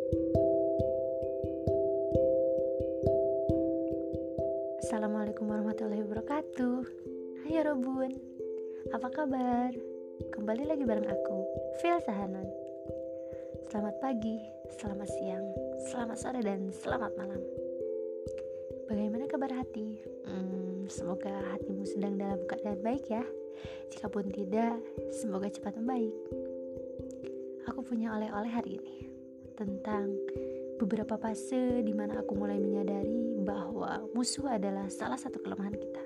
Assalamualaikum warahmatullahi wabarakatuh. Hai Robun, apa kabar? Kembali lagi bareng aku, Fil Sahanon. Selamat pagi, selamat siang, selamat sore, dan selamat malam. Bagaimana kabar hati? Semoga hatimu sedang dalam keadaan baik ya. Jikapun tidak, semoga cepat membaik. Aku punya oleh-oleh hari ini tentang beberapa fase di mana aku mulai menyadari bahwa musuh adalah salah satu kelemahan kita.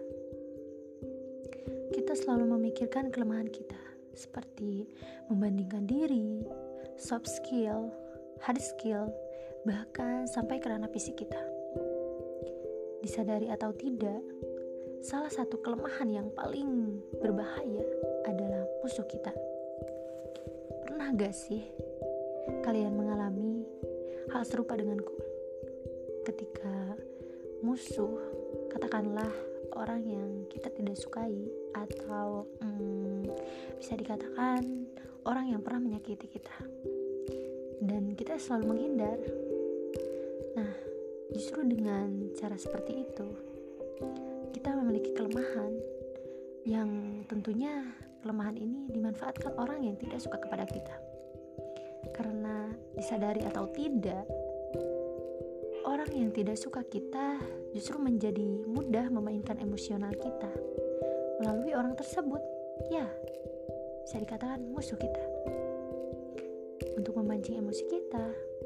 Kita selalu memikirkan kelemahan kita, seperti membandingkan diri, soft skill, hard skill, bahkan sampai ke ranah fisik kita. Disadari atau tidak, salah satu kelemahan yang paling berbahaya adalah musuh kita. Pernah gak sih kalian mengalami hal serupa denganku? Ketika musuh, katakanlah orang yang kita tidak sukai, atau bisa dikatakan orang yang pernah menyakiti kita, dan kita selalu menghindar. Nah, justru dengan cara seperti itu kita memiliki kelemahan yang tentunya kelemahan ini dimanfaatkan orang yang tidak suka kepada kita. Karena disadari atau tidak, orang yang tidak suka kita justru menjadi mudah memainkan emosional kita melalui orang tersebut. Ya, bisa dikatakan musuh kita. Untuk memancing emosi kita,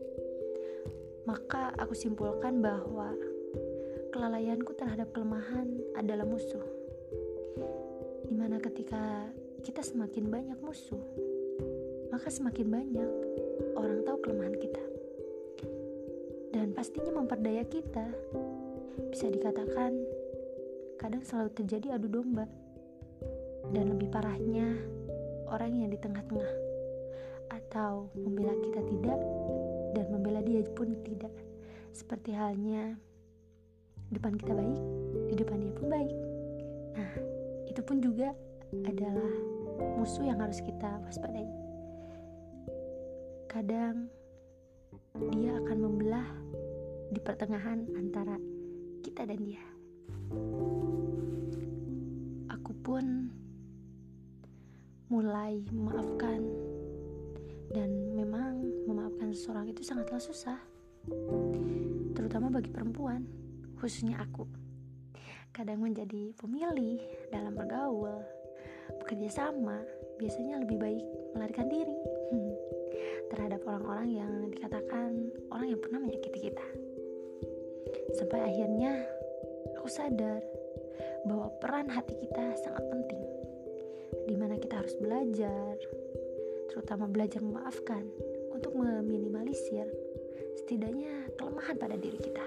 maka aku simpulkan bahwa kelalaianku terhadap kelemahan adalah musuh. Dimana ketika kita semakin banyak musuh, maka semakin banyak orang tahu kelemahan kita, dan pastinya memperdaya kita. Bisa dikatakan kadang selalu terjadi adu domba, dan lebih parahnya orang yang di tengah-tengah, atau membela kita tidak dan membela dia pun tidak. Seperti halnya depan kita baik, di depan dia pun baik. Nah, itu pun juga adalah musuh yang harus kita waspadai. Kadang dia akan membelah di pertengahan antara kita dan dia. Aku pun mulai memaafkan, dan memang memaafkan seseorang itu sangatlah susah, terutama bagi perempuan, khususnya aku. Kadang menjadi pemilih dalam bergaul, bekerja sama, biasanya lebih baik melarikan diri terhadap orang-orang yang dikatakan orang yang pernah menyakiti kita. Sampai akhirnya aku sadar bahwa peran hati kita sangat penting, dimana kita harus belajar, terutama belajar memaafkan, untuk meminimalisir setidaknya kelemahan pada diri kita.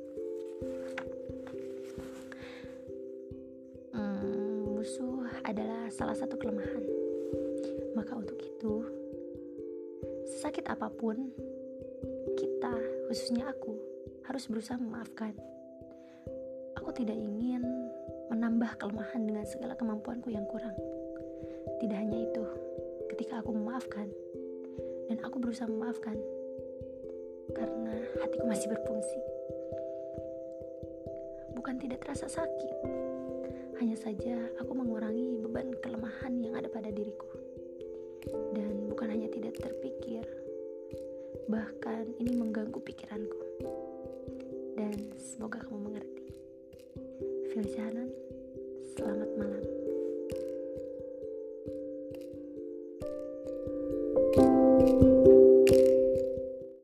Musuh adalah salah satu kelemahan. Maka untuk itu, sakit apapun, kita, khususnya aku, harus berusaha memaafkan. Aku tidak ingin menambah kelemahan dengan segala kemampuanku yang kurang. Tidak hanya itu, ketika aku memaafkan, dan aku berusaha memaafkan, karena hatiku masih berfungsi. Bukan tidak terasa sakit, hanya saja aku mengurangi beban kelemahan yang ada pada diriku. Dan bukan hanya tidak terpikir, bahkan ini mengganggu pikiranku. Dan semoga kamu mengerti. Fil Sahanon, selamat malam.